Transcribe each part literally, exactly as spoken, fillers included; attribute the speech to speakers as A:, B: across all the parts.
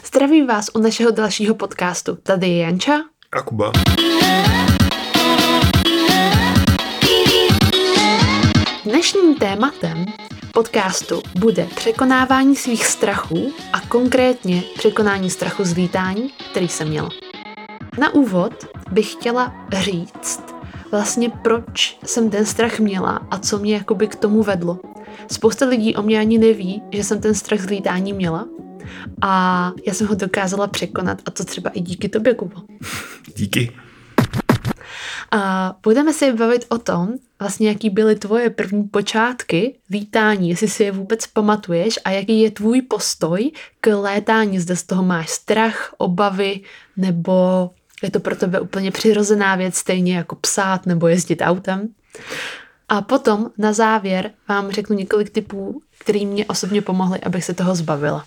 A: Zdravím vás u našeho dalšího podcastu. Tady je Janča
B: a Kuba.
A: Dnešním tématem podcastu bude překonávání svých strachů a konkrétně překonání strachu z lítání, který jsem měla. Na úvod bych chtěla říct vlastně, proč jsem ten strach měla a co mě jakoby k tomu vedlo. Spousta lidí o mě ani neví, že jsem ten strach z lítání měla a já jsem ho dokázala překonat a to třeba i díky tobě, Kubo.
B: Díky.
A: A budeme se bavit o tom, vlastně jaký byly tvoje první počátky lítání, jestli si je vůbec pamatuješ a jaký je tvůj postoj k létání, zda z toho máš strach, obavy, nebo je to pro tebe úplně přirozená věc, stejně jako psát nebo jezdit autem. A potom na závěr vám řeknu několik tipů, které mě osobně pomohly, abych se toho zbavila.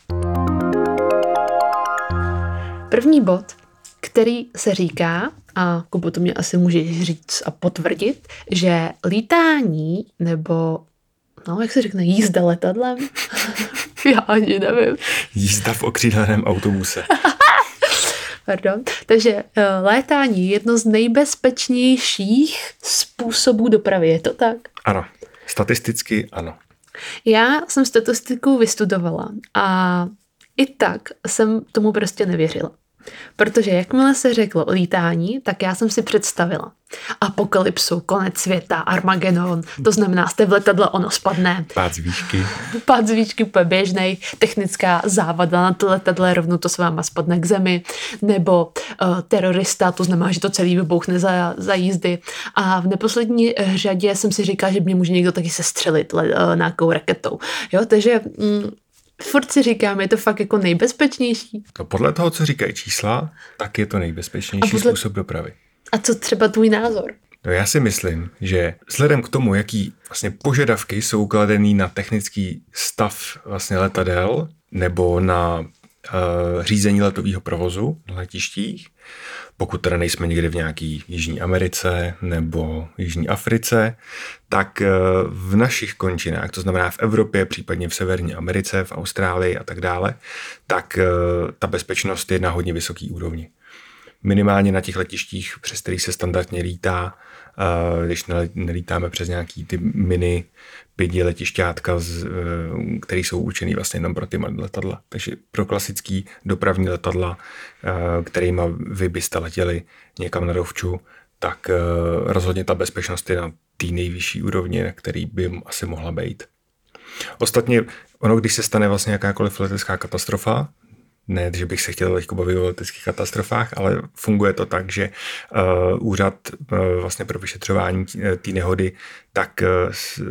A: První bod, který se říká, a Kubo, to mě asi můžeš říct a potvrdit, že lítání nebo, no jak se řekne, jízda letadlem? Já ani nevím.
B: Jízda v okřídleném autobuse.
A: Pardon. Takže létání je jedno z nejbezpečnějších způsobů dopravy, je to tak?
B: Ano, statisticky ano.
A: Já jsem statistiku vystudovala a i tak jsem tomu prostě nevěřila. Protože jakmile se řeklo o lítání, tak já jsem si představila apokalypsu, konec světa, Armagedon, to znamená, jste v letadle, ono spadne.
B: Pád z výšky.
A: Pád z výšky úplně běžnej, technická závada na to letadle, rovnou to s váma spadne k zemi, nebo uh, terorista, to znamená, že to celý vybouchne za, za jízdy. A v neposlední řadě jsem si říkala, že mě může někdo taky sestřelit le, uh, nějakou raketou. Jo, takže... Mm, furt si říkám, je to fakt jako nejbezpečnější.
B: No podle toho, co říkají čísla, tak je to nejbezpečnější podle... způsob dopravy.
A: A co třeba tvůj názor?
B: No já si myslím, že vzhledem k tomu, jaký vlastně požadavky jsou kladený na technický stav vlastně letadel nebo na uh, řízení letového provozu na letištích, pokud teda nejsme někde v nějaký Jižní Americe nebo Jižní Africe, tak v našich končinách, to znamená v Evropě, případně v Severní Americe, v Austrálii a tak dále, tak ta bezpečnost je na hodně vysoký úrovni. Minimálně na těch letištích, přes kterých se standardně lítá, když nelítáme přes nějaký ty mini pidi letišťátka, které jsou určený vlastně jenom pro ty letadla. Takže pro klasický dopravní letadla, kterýma vy byste letěli někam na dovču, tak rozhodně ta bezpečnost je na té nejvyšší úrovni, na který by asi mohla být. Ostatně ono, když se stane vlastně jakákoliv letecká katastrofa, ne, že bych se chtěl teďko bavit o leteckých katastrofách, ale funguje to tak, že uh, úřad uh, vlastně pro vyšetřování té nehody, tak uh,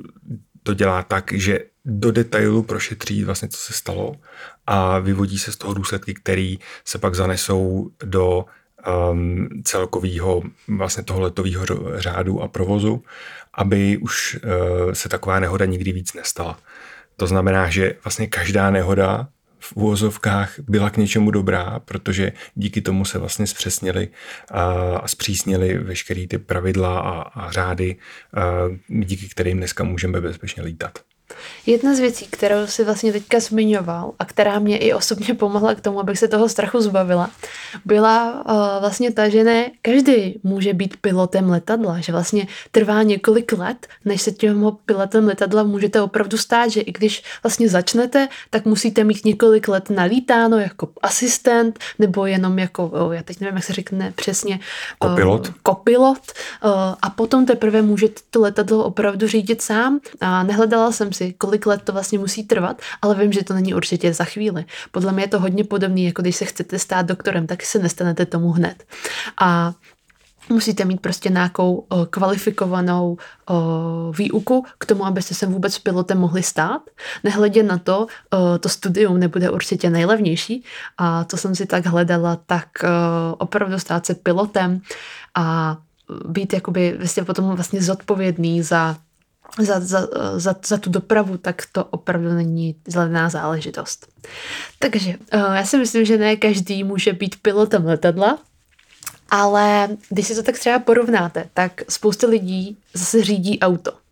B: to dělá tak, že do detailu prošetří vlastně, co se stalo a vyvodí se z toho důsledky, které se pak zanesou do um, celkového vlastně toho letového řádu a provozu, aby už uh, se taková nehoda nikdy víc nestala. To znamená, že vlastně každá nehoda v uvozovkách byla k něčemu dobrá, protože díky tomu se vlastně zpřesnili a zpřísnili veškeré ty pravidla a, a řády, a díky kterým dneska můžeme bezpečně lítat.
A: Jedna z věcí, kterou si vlastně teďka zmiňoval a která mě i osobně pomohla k tomu, abych se toho strachu zbavila, byla uh, vlastně ta, že ne každý může být pilotem letadla, že vlastně trvá několik let, než se tím pilotem letadla můžete opravdu stát, že i když vlastně začnete, tak musíte mít několik let nalítáno jako asistent nebo jenom jako, oh, já teď nevím, jak se řekne přesně,
B: kopilot,
A: uh, kopilot uh, a potom teprve můžete to letadlo opravdu řídit sám a nehledala jsem si, kolik let to vlastně musí trvat, ale vím, že to není určitě za chvíli. Podle mě je to hodně podobné, jako když se chcete stát doktorem, tak se nestanete tomu hned. A musíte mít prostě nějakou o, kvalifikovanou o, výuku k tomu, abyste se vůbec pilotem mohli stát. Nehledě na to, o, to studium nebude určitě nejlevnější a to jsem si tak hledala, tak o, opravdu stát se pilotem a být jakoby, vy jste potom vlastně zodpovědný za Za, za, za, za tu dopravu, tak to opravdu není zelená záležitost. Takže já si myslím, že ne každý může být pilotem letadla, ale když si to tak třeba porovnáte, tak spousta lidí zase řídí auto.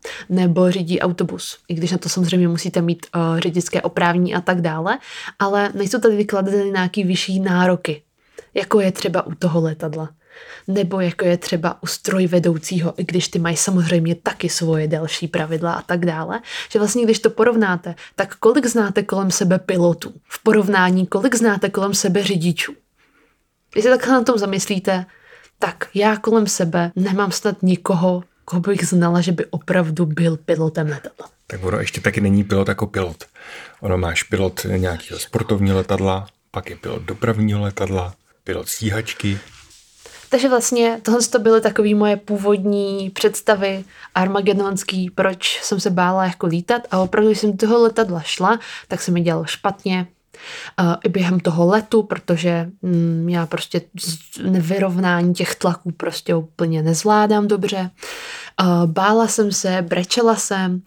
A: nebo řídí autobus, i když na to samozřejmě musíte mít uh, řidičské oprávnění a tak dále, ale nejsou tady vykladeny nějaký vyšší nároky, jako je třeba u toho letadla. Nebo jako je třeba u strojvedoucího, i když ty mají samozřejmě taky svoje další pravidla a tak dále, že vlastně když to porovnáte, tak kolik znáte kolem sebe pilotů? V porovnání, kolik znáte kolem sebe řidičů? Když se takhle na tom zamyslíte, tak já kolem sebe nemám snad nikoho, koho bych znala, že by opravdu byl pilotem letadla.
B: Tak ono ještě taky není pilot jako pilot. Ono máš pilot nějakého sportovního letadla, pak je pilot dopravního letadla, pilot stíhačky.
A: Takže vlastně tohle to byly takové moje původní představy armagedonský, proč jsem se bála jako lítat a opravdu, když jsem do toho letadla šla, tak se mi dělalo špatně. Uh, i během toho letu, protože mm, já prostě nevyrovnání těch tlaků prostě úplně nezvládám dobře. Uh, bála jsem se, brečela jsem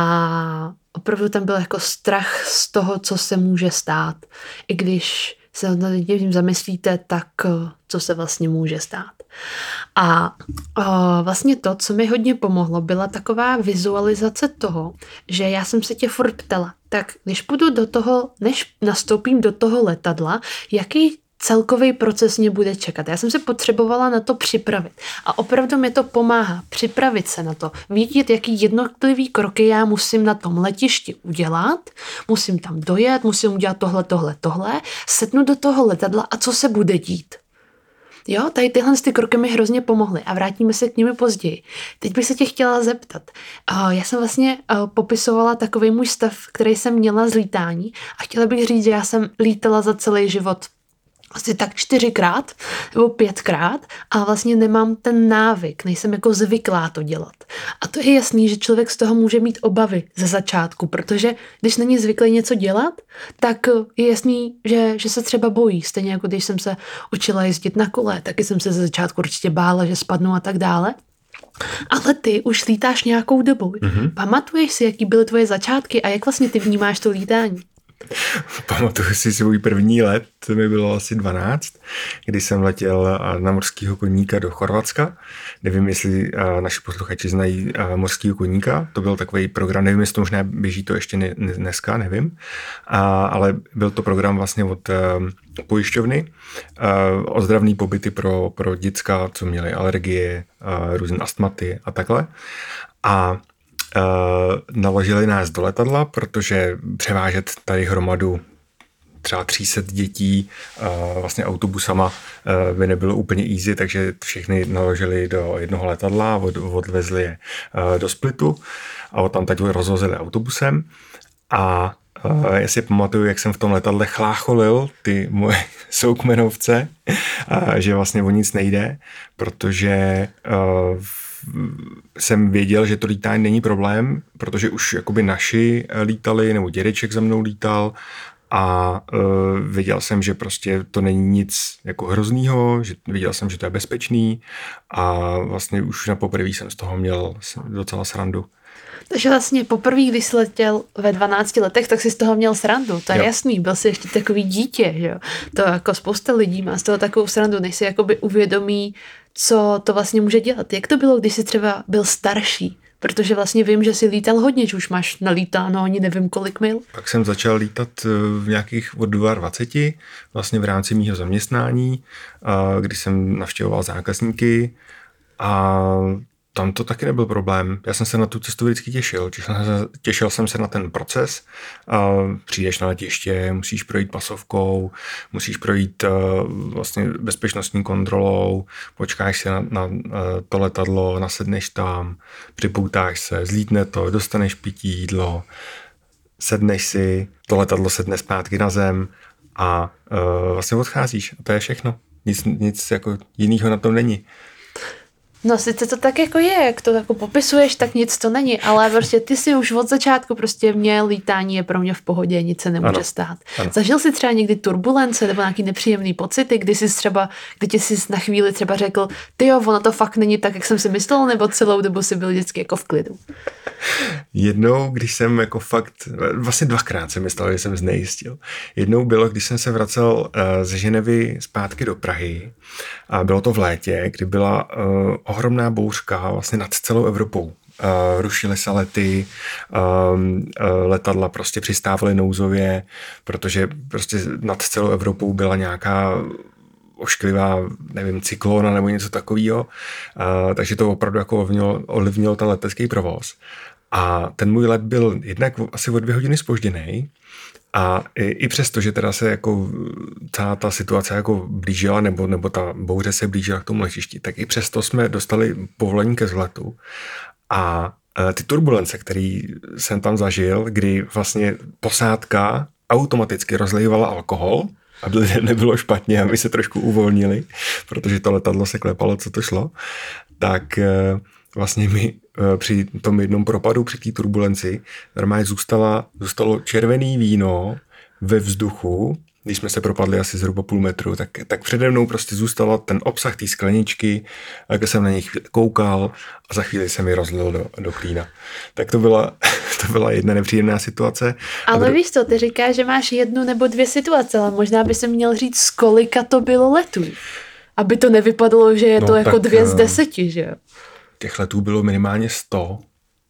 A: a opravdu tam byl jako strach z toho, co se může stát. I když se nad tím zamyslíte, tak uh, co se vlastně může stát. A uh, vlastně to, co mi hodně pomohlo, byla taková vizualizace toho, že já jsem se tě furt ptala, tak když půjdu do toho, než nastoupím do toho letadla, jaký celkový proces mě bude čekat. Já jsem se potřebovala na to připravit. A opravdu mi to pomáhá připravit se na to. Vědět, jaký jednotlivý kroky já musím na tom letišti udělat. Musím tam dojet, musím udělat tohle, tohle, tohle. Sednu do toho letadla a co se bude dít. Jo, tady tyhle ty kroky mi hrozně pomohly a vrátíme se k nimi později. Teď bych se tě chtěla zeptat. Já jsem vlastně popisovala takový můj stav, který jsem měla z lítání a chtěla bych říct, že já jsem lítala za celý život asi tak čtyřikrát nebo pětkrát a vlastně nemám ten návyk, nejsem jako zvyklá to dělat. A to je jasný, že člověk z toho může mít obavy ze začátku, protože když není zvyklý něco dělat, tak je jasný, že, že se třeba bojí. Stejně jako když jsem se učila jezdit na kole, taky jsem se ze začátku určitě bála, že spadnu a tak dále. Ale ty už lítáš nějakou dobu. Mm-hmm. Pamatuješ si, jaký byly tvoje začátky a jak vlastně ty vnímáš to lítání?
B: Pamatuju si svůj první let, to mi bylo asi dvanáct, kdy jsem letěl na Morského koníka do Chorvatska. Nevím, jestli naši posluchači znají Morského koníka, to byl takový program, nevím, jestli to možná běží to ještě ne, ne, dneska, nevím, a, ale byl to program vlastně od pojišťovny, ozdravný pobyty pro, pro děcka, co měli alergie, různé astmaty a takhle. A Uh, naložili nás do letadla, protože převážet tady hromadu třeba tři sta dětí uh, vlastně autobusama uh, by nebylo úplně easy, takže všechny naložili do jednoho letadla, od, odvezli je uh, do Splitu a tam teď rozvozili autobusem a uh, já si pamatuju, jak jsem v tom letadle chlácholil ty moje soukmenovce, uh, že vlastně o nic nejde, protože uh, jsem věděl, že to lítání není problém, protože už jakoby naši lítali, nebo dědeček za mnou lítal a uh, věděl jsem, že prostě to není nic jako hroznýho, že věděl jsem, že to je bezpečný a vlastně už na poprvé jsem z toho měl docela srandu.
A: Takže vlastně poprvé, když jsi letěl ve dvanácti letech, tak jsi z toho měl srandu. To je jo. Jasný, byl jsi ještě takový dítě, že jo. To jako spousta lidí má z toho takovou srandu, než si jakoby uvědomí, co to vlastně může dělat. Jak to bylo, když jsi třeba byl starší? Protože vlastně vím, že jsi lítal hodně, že už máš nalítáno ani nevím kolik mil.
B: Pak jsem začal lítat v nějakých od dvaceti dva, vlastně v rámci mýho zaměstnání, kdy jsem navštěvoval zákazníky a tam to taky nebyl problém. Já jsem se na tu cestu vždycky těšil. Těšil, těšil jsem se na ten proces. Přijdeš na letiště, musíš projít pasovkou, musíš projít vlastně bezpečnostní kontrolou, počkáš se na, na to letadlo, nasedneš tam, připoutáš se, zlítne to, dostaneš pití, jídlo, sedneš si, to letadlo sedne zpátky na zem a vlastně odcházíš. A to je všechno. Nic, nic jako jinýho na tom není.
A: No sice to tak jako je, jak to jako popisuješ, tak nic to není, ale prostě ty si už od začátku prostě mě lítání je pro mě v pohodě, nic se nemůže ano. stát. Ano. Zažil jsi třeba někdy turbulence nebo nějaký nepříjemný pocity, kdy jsi třeba, kdy ti jsi na chvíli třeba řekl, tyjo, ono to fakt není tak, jak jsem si myslel, nebo celou dobu si byl vždycky jako v klidu?
B: Jednou, když jsem jako fakt, vlastně dvakrát jsem myslel, že jsem znejistil. Jednou bylo, když jsem se vracel ze Ženevy zpátky do Prahy a bylo to v létě, kdy byla uh, ohromná bouřka vlastně nad celou Evropou. uh, rušily se lety, um, uh, letadla prostě přistávaly nouzově, protože prostě nad celou Evropou byla nějaká ošklivá, nevím, cyklona nebo něco takového, uh, takže to opravdu jako ovlivnilo, ovlivnilo ten letecký provoz. A ten můj let byl jednak asi o dvě hodiny zpožděnej, a i, i přesto, že teda se jako celá ta situace jako blížila, nebo, nebo ta bouře se blížila k tomu letišti, tak i přesto jsme dostali povolení ke vzletu. A e, ty turbulence, který jsem tam zažil, kdy vlastně posádka automaticky rozlévala alkohol, aby lidem nebylo špatně, aby se trošku uvolnili, protože to letadlo se klepalo, co to šlo, tak e, vlastně mi při tom jednom propadu, při té turbulenci, normálně zůstala, zůstalo červený víno ve vzduchu, když jsme se propadli asi zhruba půl metru, tak, tak přede mnou prostě zůstala ten obsah té skleničky, jak jsem na nich koukal a za chvíli se mi rozlil do, do klína. Tak to byla, to byla jedna nepříjemná situace.
A: Ale
B: dru...
A: víš to, ty říkáš, že máš jednu nebo dvě situace, ale možná by se měl říct, z kolika to bylo letů. Aby to nevypadalo, že je
B: no,
A: to jako
B: tak,
A: dvě z deseti, že jo?
B: Těch letů bylo minimálně sto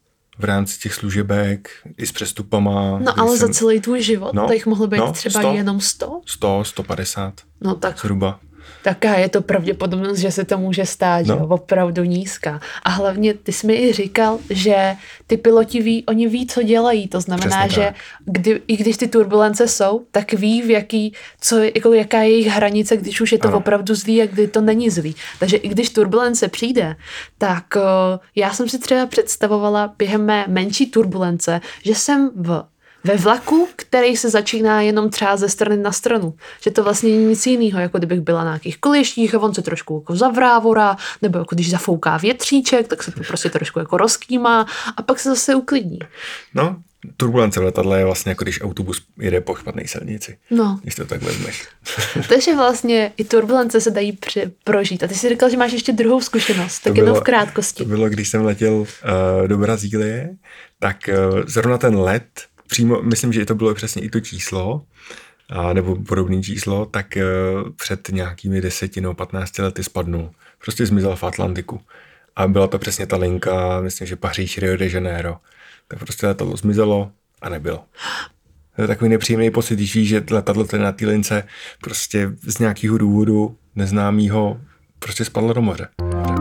B: v rámci těch služebek i s přestupama.
A: No ale
B: jsem...
A: za celý tvůj život,
B: no,
A: to jich mohlo být
B: no,
A: třeba
B: sto,
A: jenom sto?
B: sto, sto padesát.
A: No tak.
B: Zhruba.
A: Taká je to pravděpodobnost, že se to může stát, no. Že jo, opravdu nízká. A hlavně ty jsi mi i říkal, že ty piloti ví, oni ví, co dělají. To znamená,
B: Přesně
A: že kdy, i když ty turbulence jsou, tak ví, v jaký, co, jako jaká je jejich hranice, když už je to ano. opravdu zlý a kdy to není zlý. Takže i když turbulence přijde, tak uh, já jsem si třeba představovala během mé menší turbulence, že jsem v ve vlaku, který se začíná jenom třeba ze strany na stranu. Že to vlastně není nic jiného, jako kdybych byla na nějakých kolěštích a on se trošku jako zavrávorá, nebo jako když zafouká větříček, tak se to prostě trošku jako rozkýmá a pak se zase uklidní.
B: No, turbulence v letadle je vlastně jako když autobus jede po špatné silnici.
A: No.
B: Když to tak vezmeš.
A: Takže vlastně i turbulence se dají při- prožít. A ty jsi říkal, že máš ještě druhou zkušenost, tak jenom v krátkosti.
B: To bylo, když jsem letěl uh, do Brazílie, tak uh, zrovna ten let přímo, myslím, že to bylo přesně i to číslo, a, nebo podobné číslo, tak uh, před nějakými deseti nebo patnácti lety spadnul. Prostě zmizel v Atlantiku. A byla to přesně ta linka, myslím, že Paříž, Rio de Janeiro. Tak prostě letadlo zmizelo a nebylo. To je takový nepříjemný pocit, když víš, že letadlo tady na té lince prostě z nějakého důvodu neznámého prostě spadlo do moře.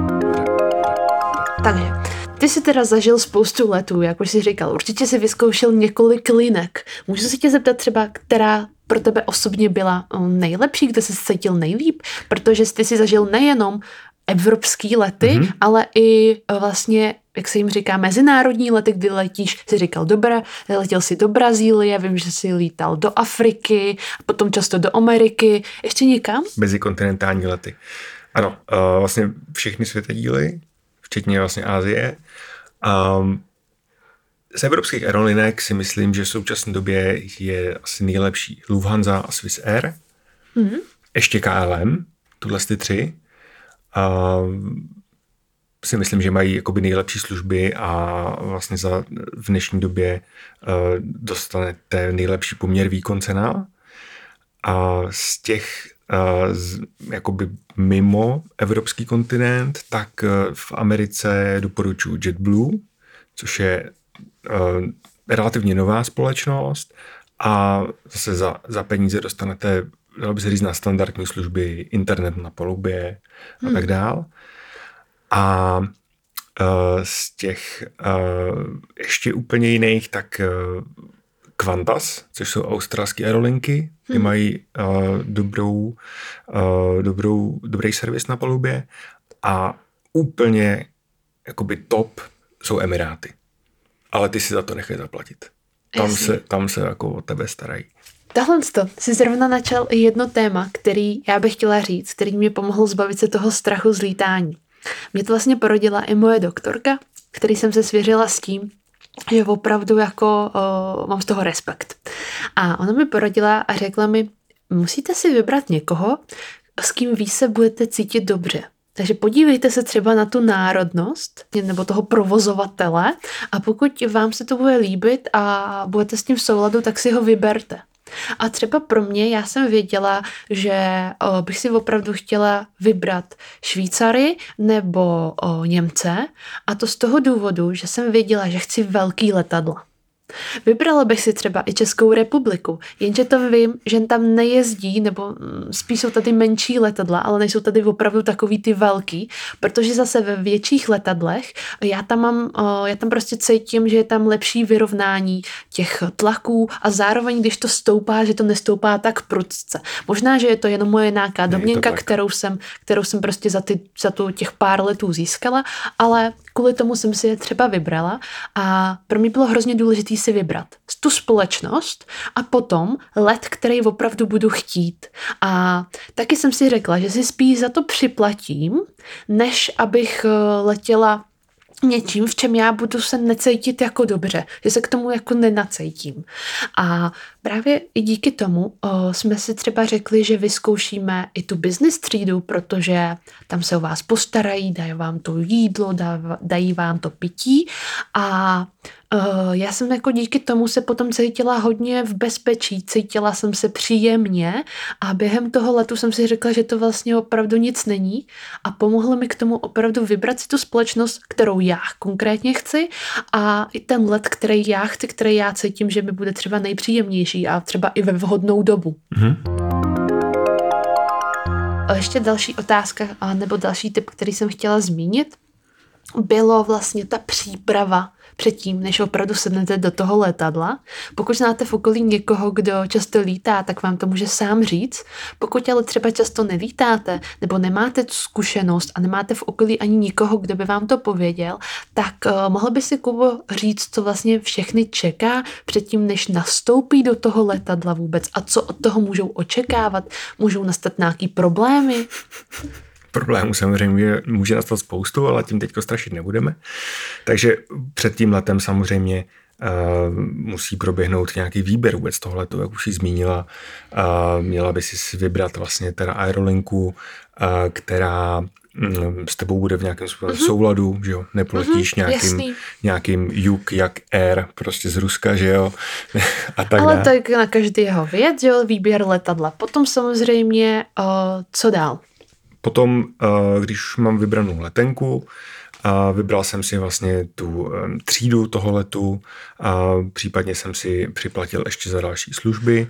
A: Takže ty jsi teda zažil spoustu letů, jak už jsi říkal. Určitě jsi vyzkoušel několik linek. Můžu se tě zeptat třeba, která pro tebe osobně byla nejlepší, kde jsi se cítil nejlíp? Protože ty jsi zažil nejenom evropský lety, mm-hmm. ale i vlastně, jak se jim říká, mezinárodní lety, kdy letíš, jsi říkal, dobré, letěl jsi do Brazílie, vím, že jsi lítal do Afriky, potom často do Ameriky, ještě někam?
B: Mezikontinentální lety. Ano, uh, vlastně všechny světadíly, včetně vlastně Asie. Um, z evropských aerolinek si myslím, že v současné době je asi nejlepší Lufthansa a Swiss Air. Mm-hmm. Ještě K L M, tuhle ty tři. Uh, si myslím, že mají jakoby nejlepší služby a vlastně za, v dnešní době uh, dostanete nejlepší poměr výkon cena. A z těch uh, z, jakoby mimo evropský kontinent, tak uh, v Americe doporučuji JetBlue, což je uh, relativně nová společnost a zase za, za peníze dostanete, dalo by se říct, na standardní služby, internet na palubě a hmm. tak dál. A uh, z těch uh, ještě úplně jiných, tak uh, Qantas, což jsou australské aerolinky, ty hmm. mají uh, dobrou, uh, dobrou, dobrý servis na palubě a úplně jakoby top jsou Emiráty. Ale ty si za to nechají zaplatit. Tam se, tam se jako o tebe starají.
A: Tohle si zrovna načal jedno téma, který já bych chtěla říct, který mě pomohl zbavit se toho strachu z lítání. Mě to vlastně porodila i moje doktorka, který jsem se svěřila s tím, že opravdu jako o, mám z toho respekt. A ona mi poradila a řekla mi, musíte si vybrat někoho, s kým vy se budete cítit dobře. Takže podívejte se třeba na tu národnost nebo toho provozovatele a pokud vám se to bude líbit a budete s tím v souladu, tak si ho vyberte. A třeba pro mě, já jsem věděla, že o, bych si opravdu chtěla vybrat Švýcary nebo o, Němce, a to z toho důvodu, že jsem věděla, že chci velký letadla. Vybrala bych si třeba i Českou republiku, jenže to vím, že tam nejezdí, nebo spíš jsou tady menší letadla, ale nejsou tady opravdu takový ty velký, protože zase ve větších letadlech já tam mám, já tam prostě cítím, že je tam lepší vyrovnání těch tlaků a zároveň, když to stoupá, že to nestoupá tak prudce. Možná, že je to jenom moje nějaká domněnka, kterou jsem, kterou jsem prostě za, ty, za tu těch pár letů získala, ale kvůli tomu jsem si je třeba vybrala a pro mě bylo hrozně důležité si vybrat tu společnost a potom let, který opravdu budu chtít. A taky jsem si řekla, že si spíš za to připlatím, než abych letěla něčím, v čem já budu se necítit jako dobře, že se k tomu jako nenacítím. A právě i díky tomu o, jsme si třeba řekli, že vyzkoušíme i tu business třídu, protože tam se o vás postarají, dají vám to jídlo, dají vám to pití a Uh, já jsem jako díky tomu se potom cítila hodně v bezpečí, cítila jsem se příjemně a během toho letu jsem si řekla, že to vlastně opravdu nic není a pomohlo mi k tomu opravdu vybrat si tu společnost, kterou já konkrétně chci a i ten let, který já chci, který já cítím, že mi bude třeba nejpříjemnější a třeba i ve vhodnou dobu. Mm-hmm. A ještě další otázka nebo další tip, který jsem chtěla zmínit, bylo vlastně ta příprava předtím, než opravdu sednete do toho letadla. Pokud znáte v okolí někoho, kdo často lítá, tak vám to může sám říct. Pokud ale třeba často nelítáte, nebo nemáte tu zkušenost a nemáte v okolí ani nikoho, kdo by vám to pověděl, tak uh, mohl by si Kubo říct, co vlastně všechny čeká předtím, než nastoupí do toho letadla vůbec a co od toho můžou očekávat? Můžou nastat nějaký problémy?
B: Problémů samozřejmě může nastat spoustu, ale tím teďko strašit nebudeme. Takže před tím letem samozřejmě uh, musí proběhnout nějaký výběr vůbec toho letu, jak už ji zmínila. Uh, měla by si vybrat vlastně teda aerolinku, uh, která um, s tebou bude v nějakém uh-huh. souladu, že jo, nepoletíš uh-huh, nějakým, nějakým juk jak Air, prostě z Ruska, že jo, a tak
A: ale
B: dá.
A: tak na každého věc, že jo, výběr letadla. Potom samozřejmě, uh, co dál?
B: Potom, když mám vybranou letenku, vybral jsem si vlastně tu třídu toho letu, případně jsem si připlatil ještě za další služby,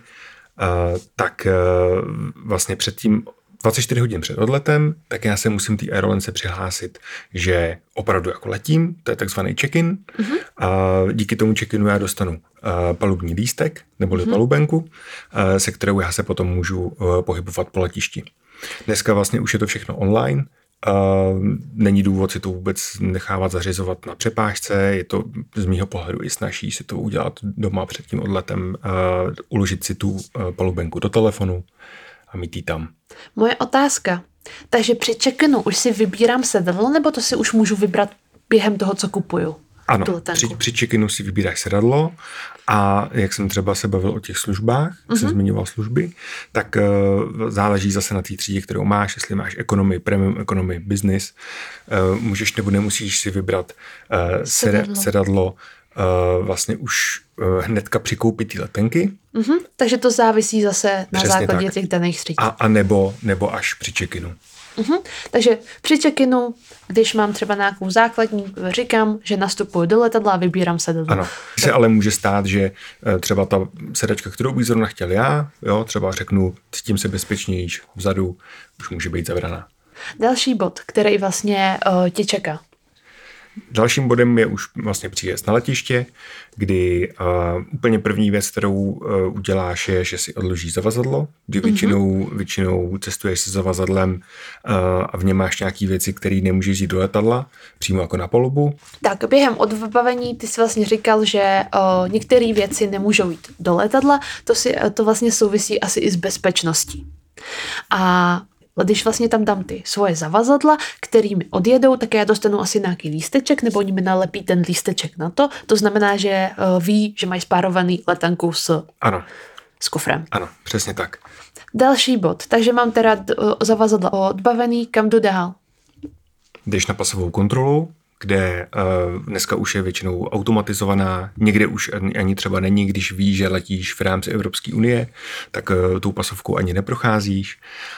B: tak vlastně předtím dvacet čtyři hodin před odletem, tak já se musím té aerolince přihlásit, že opravdu jako letím, to je takzvaný check-in. Mm-hmm. A díky tomu check-inu já dostanu palubní lístek, neboli mm-hmm. palubenku, se kterou já se potom můžu pohybovat po letišti. Dneska vlastně už je to všechno online, uh, není důvod si to vůbec nechávat zařizovat na přepážce, je to z mýho pohledu i snazší si to udělat doma před tím odletem, uh, uložit si tu uh, palubenku do telefonu a mít ji tam.
A: Moje otázka, takže při check-inu už si vybírám sedadlo, nebo to si už můžu vybrat během toho, co kupuju?
B: Ano, při, při check-inu si vybíráš sedadlo a jak jsem třeba se bavil o těch službách, jak uh-huh. jsem zmiňoval služby, tak uh, záleží zase na té třídě, kterou máš, jestli máš economy, premium economy, business, uh, můžeš nebo nemusíš si vybrat uh, sedadlo, sedadlo uh, vlastně už uh, hnedka přikoupit ty letenky.
A: Uh-huh. Takže to závisí zase na
B: Přesně
A: základě
B: tak.
A: těch daných tříd.
B: A, a nebo, nebo až při check-inu.
A: Uhum. Takže při check-inu, když mám třeba nějakou základní, říkám, že nastupuji do letadla a vybírám sedadlo.
B: Ano. Se ale může stát, že třeba ta sedačka, kterou bych zrovna chtěl já, jo, třeba řeknu, cítím se bezpečnější vzadu, už může být zavraná.
A: Další bod, který vlastně uh, tě čeká.
B: Dalším bodem je už vlastně příjezd na letiště, kdy uh, úplně první věc, kterou uh, uděláš, je, že si odložíš zavazadlo, kdy většinou, mm-hmm. většinou cestuješ se zavazadlem uh, a v něm máš nějaké věci, které nemůžeš jít do letadla, přímo jako na palubu. Tak
A: během odbavení ty jsi vlastně říkal, že uh, některé věci nemůžou jít do letadla, to, si, to vlastně souvisí asi i s bezpečností. A když vlastně tam dám ty svoje zavazadla, který mi odjedou, tak já dostanu asi nějaký lísteček, nebo oni mi nalepí ten lísteček na to. To znamená, že uh, ví, že mají spárovaný letenku s,
B: ano.
A: s kufrem.
B: Ano, přesně tak.
A: Další bod. Takže mám teda uh, zavazadla odbavený, kam jdu dál?
B: Jdeš na pasovou kontrolu, kde uh, dneska už je většinou automatizovaná, někde už ani, ani třeba není, když víš, že letíš v rámci Evropské unie, tak uh, tou pasovkou ani neprocházíš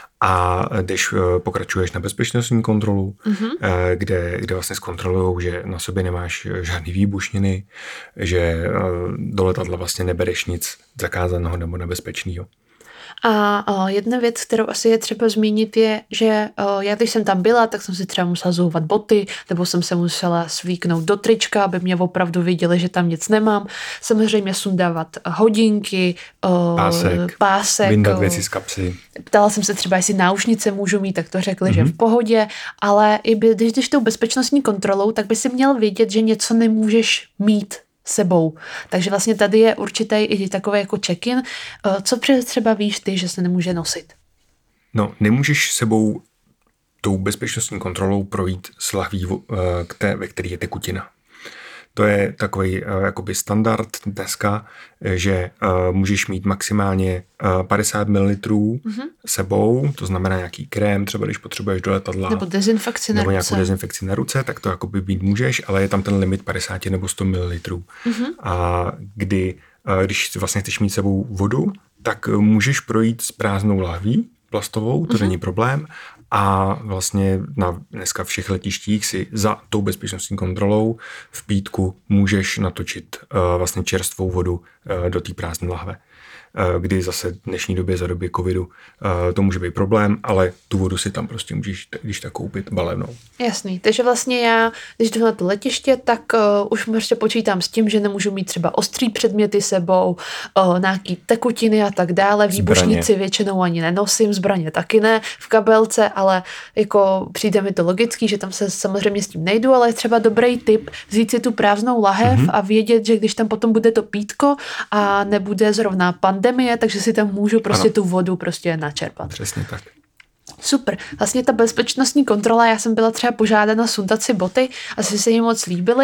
B: a když uh, pokračuješ na bezpečnostní kontrolu, mm-hmm. uh, kde, kde vlastně zkontrolujou, že na sobě nemáš žádný výbušniny, že uh, do letadla vlastně nebereš nic zakázaného nebo nebezpečného.
A: A o, jedna věc, kterou asi je třeba zmínit, je, že o, já když jsem tam byla, tak jsem si třeba musela zouvat boty, nebo jsem se musela svíknout do trička, aby mě opravdu viděli, že tam nic nemám. Samozřejmě sundávat hodinky, o,
B: pásek,
A: pásek
B: vyndat
A: o,
B: věci z kapsy.
A: Ptala jsem se třeba, jestli náušnice můžu mít, tak to řekli, mm-hmm. že v pohodě, ale i by, když jdeš tou bezpečnostní kontrolou, tak by si měl vědět, že něco nemůžeš mít sebou. Takže vlastně tady je určitý i takový jako check-in. Co třeba víš ty, že se nemůže nosit?
B: No, nemůžeš sebou tou bezpečnostní kontrolou projít s lahví, ve které je tekutina. To je takový uh, jakoby standard dneska, že uh, můžeš mít maximálně uh, padesát mililitrů mm-hmm. sebou, to znamená nějaký krém, třeba když potřebuješ do letadla.
A: Nebo dezinfekci na
B: nebo
A: ruce.
B: nějakou dezinfekci na ruce, tak to jakoby být můžeš, ale je tam ten limit padesát nebo sto mililitrů. Mm-hmm. A kdy, uh, když vlastně chceš mít sebou vodu, tak uh, můžeš projít s prázdnou lahví plastovou, to mm-hmm. není problém. A vlastně na dneska všech letištích si za tou bezpečnostní kontrolou v pítku můžeš natočit uh, vlastně čerstvou vodu uh, do té prázdné lahve. Uh, kdy zase v dnešní době za době covidu uh, to může být problém, ale tu vodu si tam prostě můžeš, když tak koupit balevnou.
A: Jasný, takže vlastně já, když jdu na to letiště, tak uh, už prostě počítám s tím, že nemůžu mít třeba ostrý předměty sebou, uh, nějaký tekutiny a tak dále, výbušnici většinou ani nenosím, zbraně taky ne v kabelce, ale jako přijde mi to logický, že tam se samozřejmě s tím nejdu, ale je třeba dobrý tip vzít si tu prázdnou lahev mm-hmm. a vědět, že když tam potom bude to pítko a nebude zrovna pandemie, takže si tam můžu prostě ano. tu vodu prostě načerpat.
B: Přesně tak.
A: Super. Vlastně ta bezpečnostní kontrola, já jsem byla třeba požádána sundat si boty, asi se jim moc líbily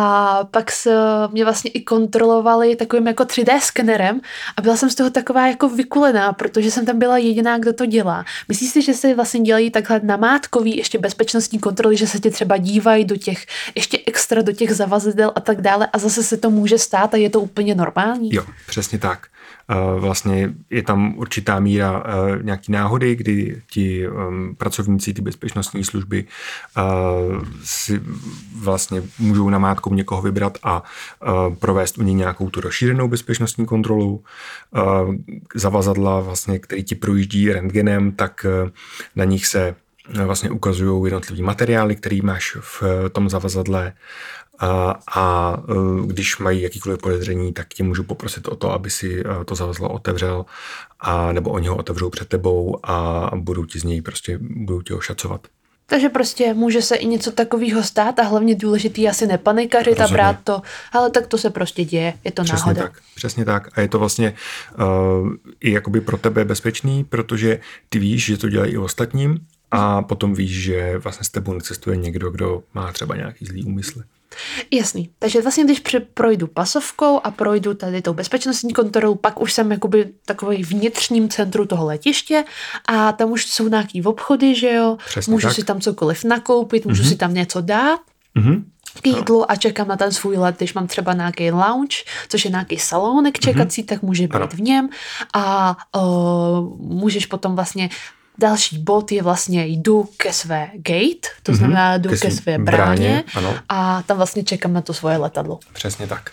A: a pak se mě vlastně i kontrolovali takovým jako tři dé skenerem a byla jsem z toho taková jako vykulená, protože jsem tam byla jediná, kdo to dělá. Myslíš si, že se vlastně dělají takhle namátkový ještě bezpečnostní kontroly, že se tě třeba dívají do těch, ještě extra do těch zavazadel a tak dále a zase se to může stát a je to úplně normální?
B: Jo, přesně tak. Vlastně je tam určitá míra uh, nějaký náhody, kdy ti um, pracovníci ty bezpečnostní služby uh, si vlastně můžou namátkou někoho vybrat a uh, provést u něj nějakou tu rozšířenou bezpečnostní kontrolu. Uh, zavazadla, vlastně, který ti projíždí rentgenem, tak uh, na nich se uh, vlastně ukazují jednotlivý materiály, který máš v uh, tom zavazadle. A, a když mají jakýkoliv podezření, tak tě můžu poprosit o to, aby si to zavazadlo otevřel, a, nebo oni ho otevřou před tebou a budou ti z něj prostě, budou tě ošacovat.
A: Takže prostě může se i něco takového stát a hlavně důležitý asi nepanikařit a brát to, ale tak to se prostě děje, je to
B: přesně
A: náhoda.
B: Tak, přesně tak a je to vlastně uh, i jakoby pro tebe bezpečný, protože ty víš, že to dělají i ostatním a potom víš, že vlastně s tebou necestuje někdo, kdo má třeba nějaký zlý úmysly.
A: Jasný. Takže vlastně, když projdu pasovkou a projdu tady tou bezpečnostní kontrolou, pak už jsem jakoby takový vnitřním centru toho letiště a tam už jsou nějaký obchody, že jo?
B: Přesně
A: můžu
B: tak.
A: si tam cokoliv nakoupit, můžu mm-hmm. si tam něco dát.
B: Mm-hmm.
A: K jídlu a čekám na ten svůj let, když mám třeba nějaký lounge, což je nějaký salónek čekací, mm-hmm. tak může být ano. v něm a o, můžeš potom vlastně další bod je vlastně jdu ke své gate, to mm-hmm. znamená jdu ke, ke své bráně, bráně a tam vlastně čekám na to svoje letadlo.
B: Přesně tak.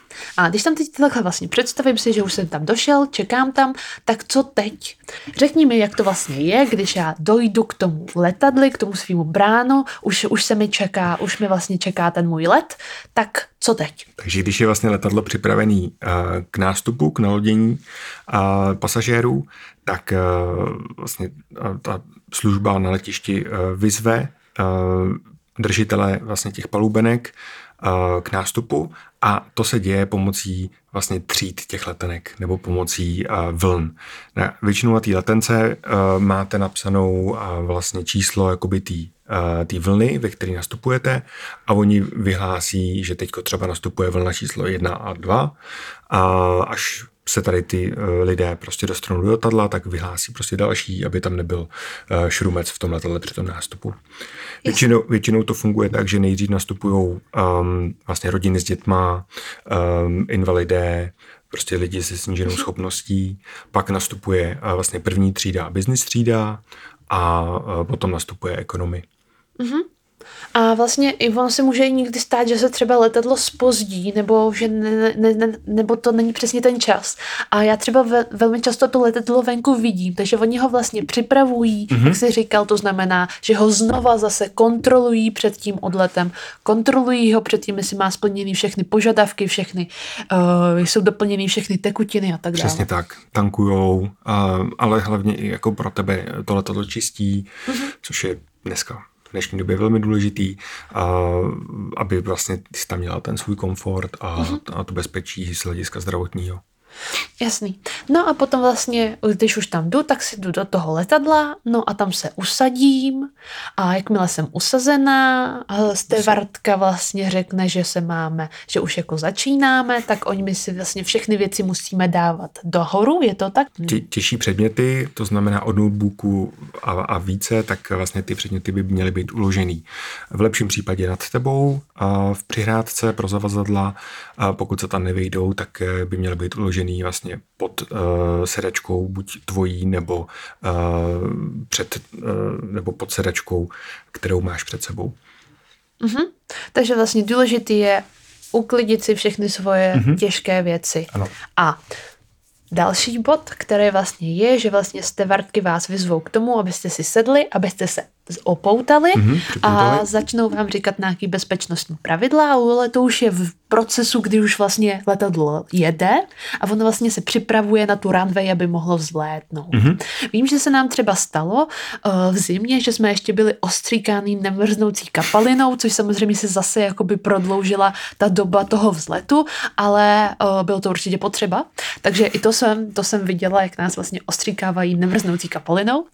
A: A když tam teď takhle vlastně představím si, že už jsem tam došel, čekám tam, tak co teď? Řekni mi, jak to vlastně je, když já dojdu k tomu letadli, k tomu svýmu bránu, už, už se mi čeká, už mi vlastně čeká ten můj let, tak co teď?
B: Takže když je vlastně letadlo připravený uh, k nástupu, k nalodění uh, pasažérů, tak uh, vlastně uh, ta služba na letišti uh, vyzve uh, držitele vlastně těch palubenek uh, k nástupu a to se děje pomocí vlastně tříd těch letenek nebo pomocí uh, vln. Na, většinou na té letence uh, máte napsanou uh, vlastně číslo jakoby tý té vlny, ve které nastupujete a oni vyhlásí, že teďko třeba nastupuje vlna číslo jedna a dva a až se tady ty lidé prostě dostanou do letadla, tak vyhlásí prostě další, aby tam nebyl šrumec v tom letadle při tom nástupu. Většinou, většinou to funguje tak, že nejdřív nastupují um, vlastně rodiny s dětma, um, invalidé, prostě lidi se sníženou schopností, pak nastupuje uh, vlastně první třída a business třída a uh, potom nastupuje ekonomy.
A: Mm-hmm. A vlastně i ono se může někdy stát, že se třeba letadlo zpozdí, nebo že ne, ne, ne, nebo to není přesně ten čas. A já třeba ve, velmi často to letadlo venku vidím, takže oni ho vlastně připravují, mm-hmm. jak jsi říkal, to znamená, že ho znova zase kontrolují před tím odletem, kontrolují ho před tím, jestli má splněný všechny požadavky, všechny, uh, jsou doplněny všechny tekutiny a tak dále.
B: Přesně tak, tankujou, uh, ale hlavně i jako pro tebe to letadlo čistí, mm-hmm. což je dneska v dnešní době velmi důležitý, aby vlastně jsi tam měla ten svůj komfort a, uh-huh. a to bezpečí z hlediska zdravotního.
A: Jasný. No a potom vlastně, když už tam jdu, tak si jdu do toho letadla, no a tam se usadím a jakmile jsem usazená, stevardka vlastně řekne, že se máme, že už jako začínáme, tak oni mi si vlastně všechny věci musíme dávat dohoru, je to tak?
B: Tě, těžší předměty, to znamená od notebooku a, a více, tak vlastně ty předměty by měly být uložený v lepším případě nad tebou, a v přihrádce pro zavazadla, a pokud se tam nevejdou, tak by měly být uložený vlastně pod uh, sedačkou, buď tvojí, nebo, uh, před, uh, nebo pod sedačkou, kterou máš před sebou.
A: Uh-huh. Takže vlastně důležitý je uklidit si všechny svoje uh-huh. těžké věci.
B: Ano.
A: A další bod, který vlastně je, že vlastně stevardky vás vyzvou k tomu, abyste si sedli, abyste se opoutali mm-hmm, a začnou vám říkat nějaký bezpečnostní pravidla, ale to už je v procesu, kdy už vlastně letadlo jede a ono vlastně se připravuje na tu runway, aby mohlo vzlétnout. Mm-hmm. Vím, že se nám třeba stalo uh, v zimě, že jsme ještě byli ostříkáni nemrznoucí kapalinou, což samozřejmě se zase jakoby prodloužila ta doba toho vzletu, ale uh, bylo to určitě potřeba. Takže i to jsem, to jsem viděla, jak nás vlastně ostříkávají nemrznoucí kapalinou.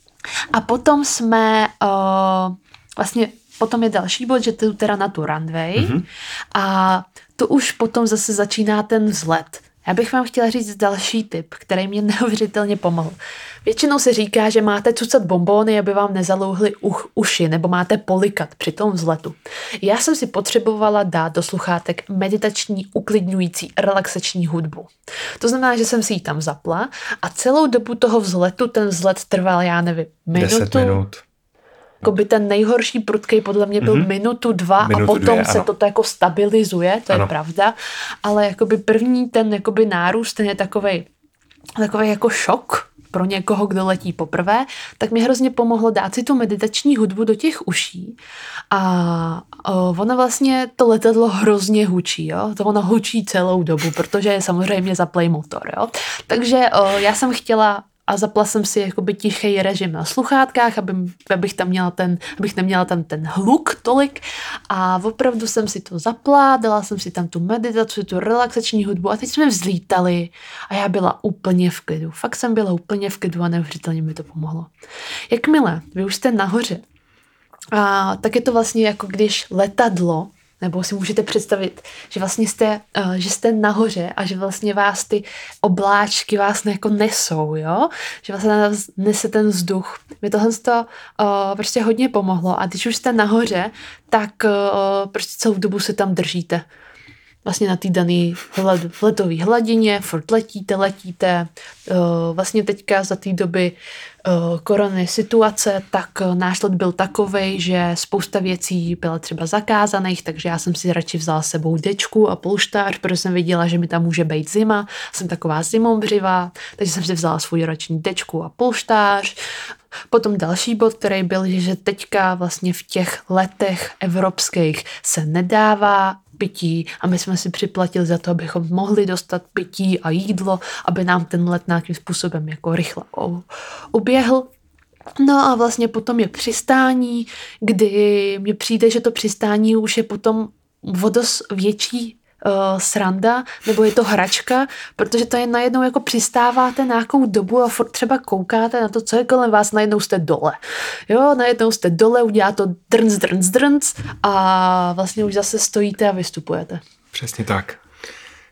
A: A potom jsme, uh, vlastně potom je další bod, že tu teda na tu runway mm-hmm. a to už potom zase začíná ten vzlet. Já bych vám chtěla říct další tip, který mě neuvěřitelně pomohl. Většinou se říká, že máte cucat bonbóny, aby vám nezalouhly uch, uši, nebo máte polikat při tom vzletu. Já jsem si potřebovala dát do sluchátek meditační, uklidňující, relaxační hudbu. To znamená, že jsem si ji tam zapla a celou dobu toho vzletu, ten vzlet trval, já nevím, minutu.
B: Deset minut.
A: Jakoby ten nejhorší prudkej podle mě byl mm-hmm. minutu, dva minutu, a potom dvě, se to jako stabilizuje, to ano. je pravda, ale jakoby první ten jakoby nárůst, ten je takovej, takovej jako šok pro někoho, kdo letí poprvé, tak mi hrozně pomohlo dát si tu meditační hudbu do těch uší a o, ona vlastně to letadlo hrozně hučí, jo? To ono hučí celou dobu, protože je samozřejmě zaplej motor, jo? Takže o, já jsem chtěla a zapla jsem si jakoby tichý režim na sluchátkách, aby, abych tam měla ten, abych neměla tam ten hluk tolik a opravdu jsem si to zapla, dala jsem si tam tu meditaci, tu relaxační hudbu a teď jsme vzlítali a já byla úplně v klidu. Fakt jsem byla úplně v klidu a neuvěřitelně mi to pomohlo. Jakmile vy už jste nahoře, a tak je to vlastně jako když letadlo, nebo si můžete představit, že vlastně jste, uh, že jste nahoře a že vlastně vás ty obláčky vás jako nesou, jo? Že vlastně vás nese ten vzduch. Mě tohle to uh, prostě hodně pomohlo a když už jste nahoře, tak uh, prostě celou dobu se tam držíte. Vlastně na té dané letové hladině, furt letíte, letíte. Uh, vlastně teďka za té doby uh, korony situace, tak uh, náš let byl takovej, že spousta věcí byla třeba zakázaných, takže já jsem si radši vzala s sebou dečku a polštář, protože jsem viděla, že mi tam může být zima. Jsem taková zimombřivá, takže jsem si vzala svůj roční dečku a polštář. Potom další bod, který byl, že teďka vlastně v těch letech evropských se nedává pití a my jsme si připlatili za to, abychom mohli dostat pití a jídlo, aby nám ten let nějakým způsobem jako rychle uběhl. No a vlastně potom je přistání, kdy mně přijde, že to přistání už je potom vodos větší Uh, sranda, nebo je to hračka, protože to je najednou jako přistáváte nějakou dobu a furt třeba koukáte na to, co je kolem vás, najednou jste dole. Jo, najednou jste dole, udělá to drnc, drnc, drnc a vlastně už zase stojíte a vystupujete.
B: Přesně tak.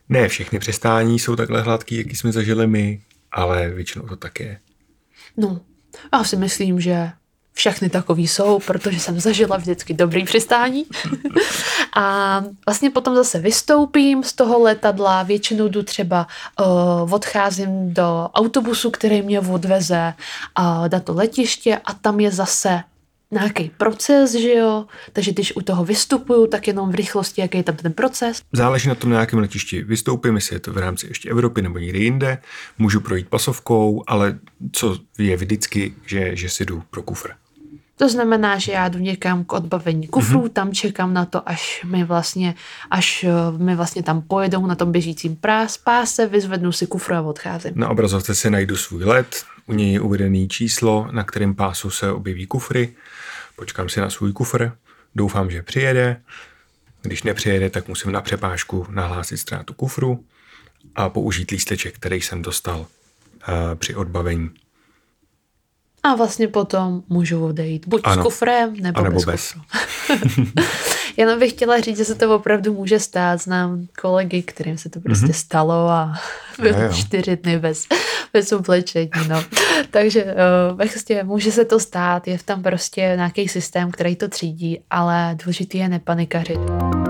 B: Ne všechny přistání jsou takhle hladký, jaký jsme zažili my, ale většinou to tak je.
A: No, já si myslím, že všechny takový jsou, protože jsem zažila vždycky dobrý přistání. A vlastně potom zase vystoupím z toho letadla, většinou jdu třeba, uh, odcházím do autobusu, který mě odveze uh, na to letiště a tam je zase nějaký proces, že jo, takže když u toho vystupuju, tak jenom v rychlosti, jaký je tam ten proces.
B: Záleží na tom, na jakém letišti vystoupím, jestli je to v rámci ještě Evropy nebo někde jinde, můžu projít pasovkou, ale co je vždycky, že, že si jdu pro kufr.
A: To znamená, že já jdu někam k odbavení kufrů, mm-hmm. tam čekám na to, až mi vlastně, až mi vlastně tam pojedou na tom běžícím prás, páse, vyzvednu si kufru a odcházím.
B: Na obrazovce si najdu svůj let, u něj je uvedený číslo, na kterém pásu se objeví kufry, počkám si na svůj kufr, doufám, že přijede, když nepřijede, tak musím na přepážku nahlásit ztrátu kufru a použít lísteček, který jsem dostal uh, při odbavení.
A: A vlastně potom můžu odejít buď ano. s kufrem, nebo,
B: nebo
A: bez,
B: bez.
A: kufru. Jenom bych chtěla říct, že se to opravdu může stát. Znám kolegy, kterým se to prostě mm-hmm. stalo a byly čtyři dny bez, bez oblečení. No. Takže uh, vlastně může se to stát, je v tam prostě nějaký systém, který to třídí, ale důležitý je nepanikařit.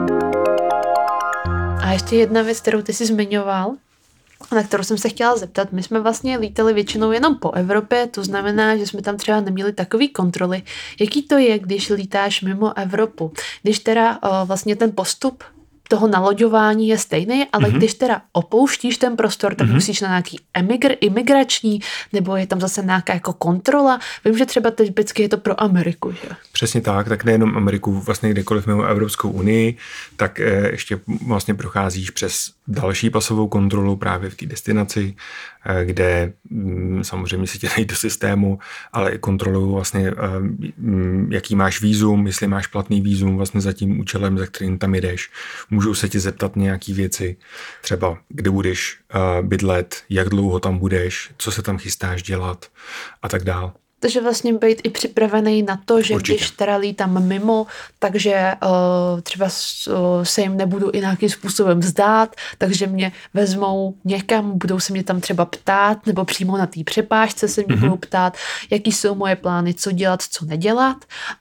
A: A ještě jedna věc, kterou ty jsi zmiňoval, na kterou jsem se chtěla zeptat. My jsme vlastně lítali většinou jenom po Evropě, to znamená, že jsme tam třeba neměli takový kontroly. Jaký to je, když lítáš mimo Evropu? Když teda uh, vlastně ten postup toho naloďování je stejný, ale mm-hmm. když teda opouštíš ten prostor, tak mm-hmm. musíš na nějaký emigr, imigrační, nebo je tam zase nějaká jako kontrola. Vím, že třeba typicky je to pro Ameriku, že?
B: Přesně tak, tak nejenom Ameriku, vlastně kdekoliv mimo Evropskou unii, tak eh, ještě vlastně procházíš přes další pasovou kontrolu právě v té destinaci, eh, kde hm, samozřejmě si tě dají do systému, ale i kontrolují vlastně, eh, hm, jaký máš vízum, jestli máš platný vízum vlastně za tím účelem, za kterým tam jedeš. Můžou se tě zeptat nějaký věci, třeba kde budeš uh, bydlet, jak dlouho tam budeš, co se tam chystáš dělat a tak dál.
A: Takže vlastně být i připravený na to, že
B: Určitě.
A: Když teda lítám mimo, takže uh, třeba uh, se jim nebudu i nějakým způsobem vzdát, takže mě vezmou někam, budou se mě tam třeba ptát, nebo přímo na té přepážce se mě mm-hmm. budou ptát, jaký jsou moje plány, co dělat, co nedělat.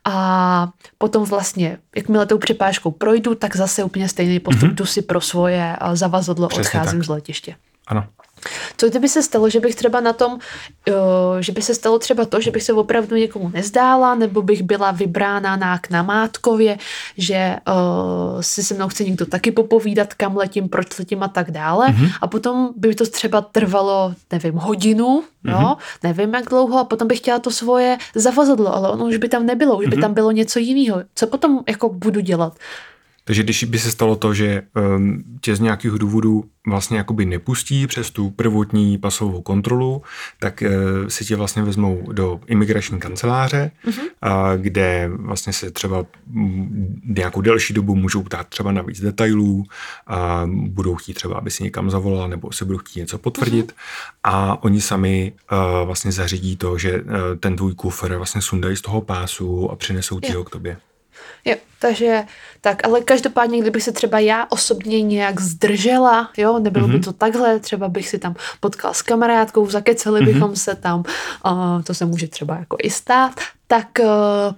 A: A potom vlastně, jakmile tou přepážkou projdu, tak zase úplně stejný postup, mm-hmm. jdu si pro svoje zavazadlo,
B: Přesně
A: odcházím
B: tak.
A: z letiště.
B: Ano.
A: Co kdyby se stalo, že bych třeba na tom, že by se stalo třeba to, že bych se opravdu někomu nezdála, nebo bych byla vybrána nějak na Mátkově, že uh, si se mnou chce někdo taky popovídat, kam letím, proč letím a tak dále. Mm-hmm. A potom by to třeba trvalo, nevím, hodinu, mm-hmm. jo, nevím jak dlouho, a potom bych chtěla to svoje zavazadlo, ale ono už by tam nebylo, už mm-hmm. by tam bylo něco jiného. Co potom jako budu dělat?
B: Takže když by se stalo to, že um, tě z nějakého důvodu vlastně jakoby nepustí přes tu prvotní pasovou kontrolu, tak uh, si tě vlastně vezmou do imigrační kanceláře, mm-hmm. a, kde vlastně se třeba nějakou delší dobu můžou ptát třeba na víc detailů, a budou chtít třeba, aby si někam zavolal, nebo se budou chtít něco potvrdit, mm-hmm. a oni sami uh, vlastně zařídí to, že uh, ten tvůj kufr vlastně sundají z toho pásu a přinesou ti ho k tobě.
A: Jo, takže tak, ale každopádně, kdybych se třeba já osobně nějak zdržela, jo, nebylo mm-hmm. by to takhle, třeba bych si tam potkala s kamarádkou, zakeceli mm-hmm. bychom se tam, uh, to se může třeba jako i stát, tak uh,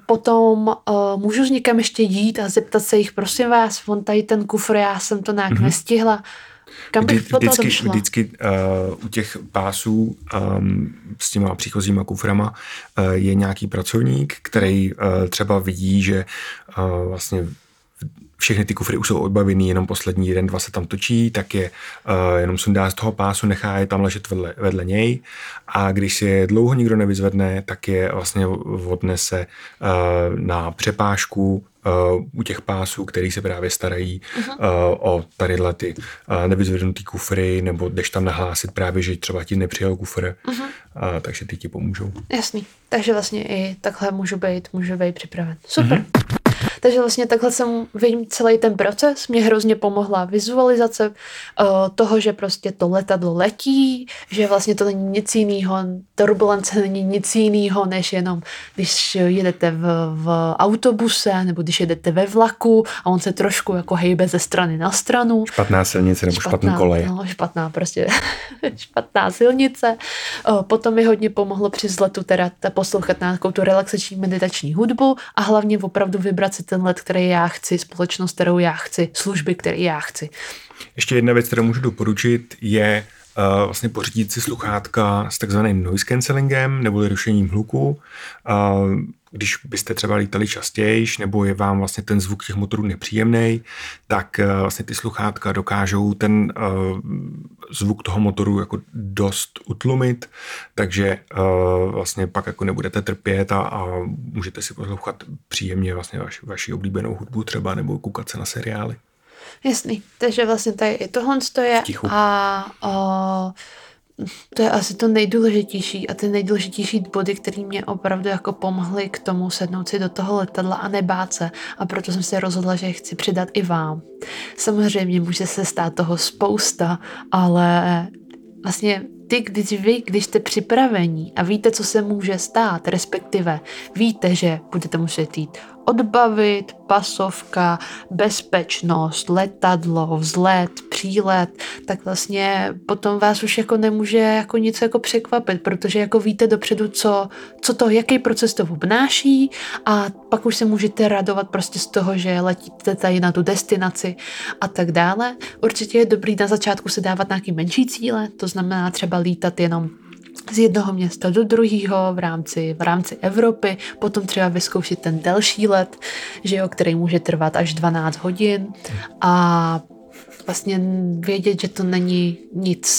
A: potom uh, můžu s někam ještě jít a zeptat se jich, prosím vás, on tady ten kufr, já jsem to nějak mm-hmm. nestihla. Kam bych
B: Vždy, vždycky vždycky uh, u těch pásů um, s těma příchozíma kuframa uh, je nějaký pracovník, který uh, třeba vidí, že uh, vlastně všechny ty kufry už jsou odbavený, jenom poslední jeden, dva se tam točí, tak je uh, jenom sundá z toho pásu, nechá je tam ležet vedle, vedle něj, a když si je dlouho nikdo nevyzvedne, tak je vlastně odnese uh, na přepážku uh, u těch pásů, který se právě starají uh-huh. uh, o tadyhle ty uh, nevyzvednutý kufry, nebo jdeš tam nahlásit právě, že třeba ti nepřijel kufr, uh-huh. uh, takže ty ti pomůžou.
A: Jasný, takže vlastně i takhle můžu být, můžu být připraven. Super. Uh-huh. Takže vlastně takhle jsem vidím celý ten proces. Mě hrozně pomohla vizualizace uh, toho, že prostě to letadlo letí, že vlastně to není nic jiného, turbulence není nic jiného, než jenom když jedete v, v autobuse nebo když jedete ve vlaku a on se trošku jako hejbe ze strany na stranu.
B: Špatná silnice nebo
A: špatná,
B: špatný kolej.
A: No, špatná prostě špatná silnice. Uh, potom mi hodně pomohlo při vzletu teda poslouchat nějakou tu relaxační meditační hudbu a hlavně opravdu vybrat si ten let, který já chci, společnost, kterou já chci, služby, které já chci.
B: Ještě jedna věc, kterou můžu doporučit, je uh, vlastně pořídit si sluchátka s takzvaným noise cancellingem nebo rušením hluku. Uh, když byste třeba lítali častěji, nebo je vám vlastně ten zvuk těch motorů nepříjemný, tak uh, vlastně ty sluchátka dokážou ten uh, zvuk toho motoru jako dost utlumit, takže uh, vlastně pak jako nebudete trpět a, a můžete si poslouchat příjemně vlastně vaši, vaši oblíbenou hudbu třeba nebo koukat se na seriály.
A: Jasný, takže vlastně tady i tohle je a o, to je asi to nejdůležitější a ty nejdůležitější body, které mě opravdu jako pomohly k tomu sednout si do toho letadla a nebát se a proto jsem se rozhodla, že chci přidat i vám. Samozřejmě může se stát toho spousta, ale vlastně ty, když vy, když jste připravení a víte, co se může stát, respektive víte, že budete muset jít odbavit, pasovka, bezpečnost, letadlo, vzlet, přílet, tak vlastně potom vás už jako nemůže jako nic jako překvapit, protože jako víte dopředu, co, co to, jaký proces to obnáší a pak už se můžete radovat prostě z toho, že letíte tady na tu destinaci a tak dále. Určitě je dobrý na začátku se dávat nějaký menší cíle, to znamená třeba lítat jenom z jednoho města do druhého v rámci, v rámci Evropy, potom třeba vyzkoušet ten delší let, že jo, který může trvat až dvanáct hodin a vlastně vědět, že to není nic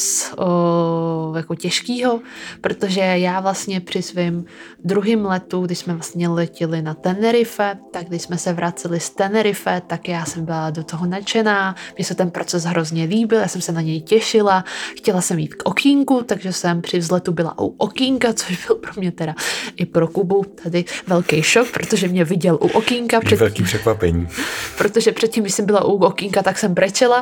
A: o, jako těžkýho, protože já vlastně při svém druhém letu, když jsme vlastně letěli na Tenerife, tak když jsme se vraceli z Tenerife, tak já jsem byla do toho nadšená, mně se ten proces hrozně líbil, já jsem se na něj těšila, chtěla jsem jít k okýnku, takže jsem při vzletu byla u okýnka, což byl pro mě teda i pro Kubu tady velký šok, protože mě viděl u okýnka.
B: Před... Velký překvapení.
A: Protože předtím, když jsem byla u okýnka, tak jsem brečela.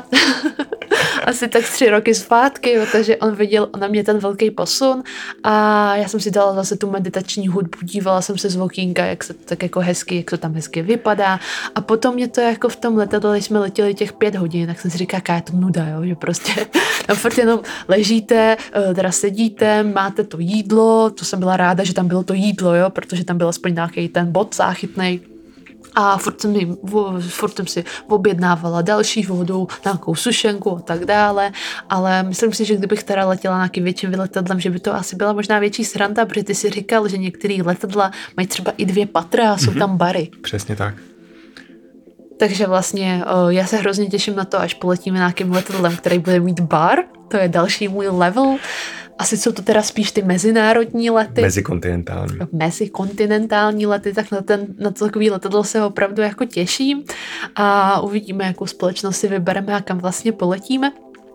A: Asi tak tři roky zpátky, jo, takže on viděl na mě ten velký posun a já jsem si dala zase tu meditační hudbu, dívala jsem se z okýnka, jak se to tak jako hezky, jak to tam hezky vypadá a potom mě to jako v tom letadle, když jsme letěli těch pět hodin, tak jsem si říkala, jaká je to nuda, jo, že prostě tam furt jenom ležíte, teda sedíte, máte to jídlo, to jsem byla ráda, že tam bylo to jídlo, jo, protože tam byl aspoň nějaký ten bod záchytnej. A furt jsem, jim, furt jsem si objednávala další vodu, nějakou sušenku a tak dále, ale myslím si, že kdybych teda letěla nějakým větším letadlem, že by to asi byla možná větší sranda, protože ty si říkal, že některé letadla mají třeba i dvě patra a jsou mm-hmm. tam bary.
B: Přesně tak.
A: Takže vlastně já se hrozně těším na to, až poletíme nějakým letadlem, který bude mít bar, to je další můj level. Asi jsou to teda spíš ty mezinárodní lety.
B: Mezikontinentální.
A: Mezikontinentální lety, tak na, ten, na to takový letadlo se opravdu jako těším a uvidíme, jakou společnost si vybereme a kam vlastně poletíme.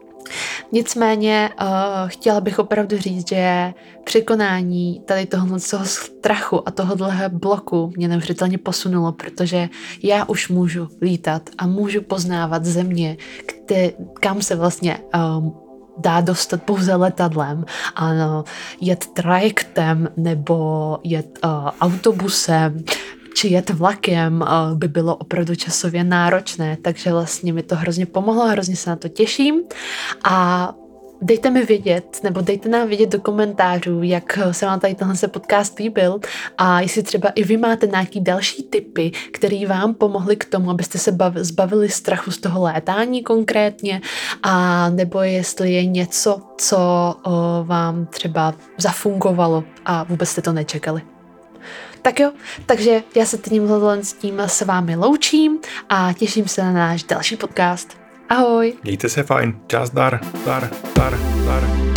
A: Nicméně uh, chtěla bych opravdu říct, že překonání tady tohohle strachu a tohohle bloku mě neuvěřitelně posunulo, protože já už můžu lítat a můžu poznávat země, kde, kam se vlastně um, dá dostat pouze letadlem, ano, jet trajektem nebo jet uh, autobusem či jet vlakem uh, by bylo opravdu časově náročné, takže vlastně mi to hrozně pomohlo, hrozně se na to těším a dejte mi vědět, nebo dejte nám vědět do komentářů, jak se vám tady tenhle podcast líbil a jestli třeba i vy máte nějaký další tipy, které vám pomohly k tomu, abyste se bav, zbavili strachu z toho létání konkrétně, a nebo jestli je něco, co o, vám třeba zafungovalo a vůbec jste to nečekali. Tak jo, takže já se tímhle s tím s vámi loučím a těším se na náš další podcast. Ahoj!
B: Mějte se fajn, čas dar, dar, dar, dar.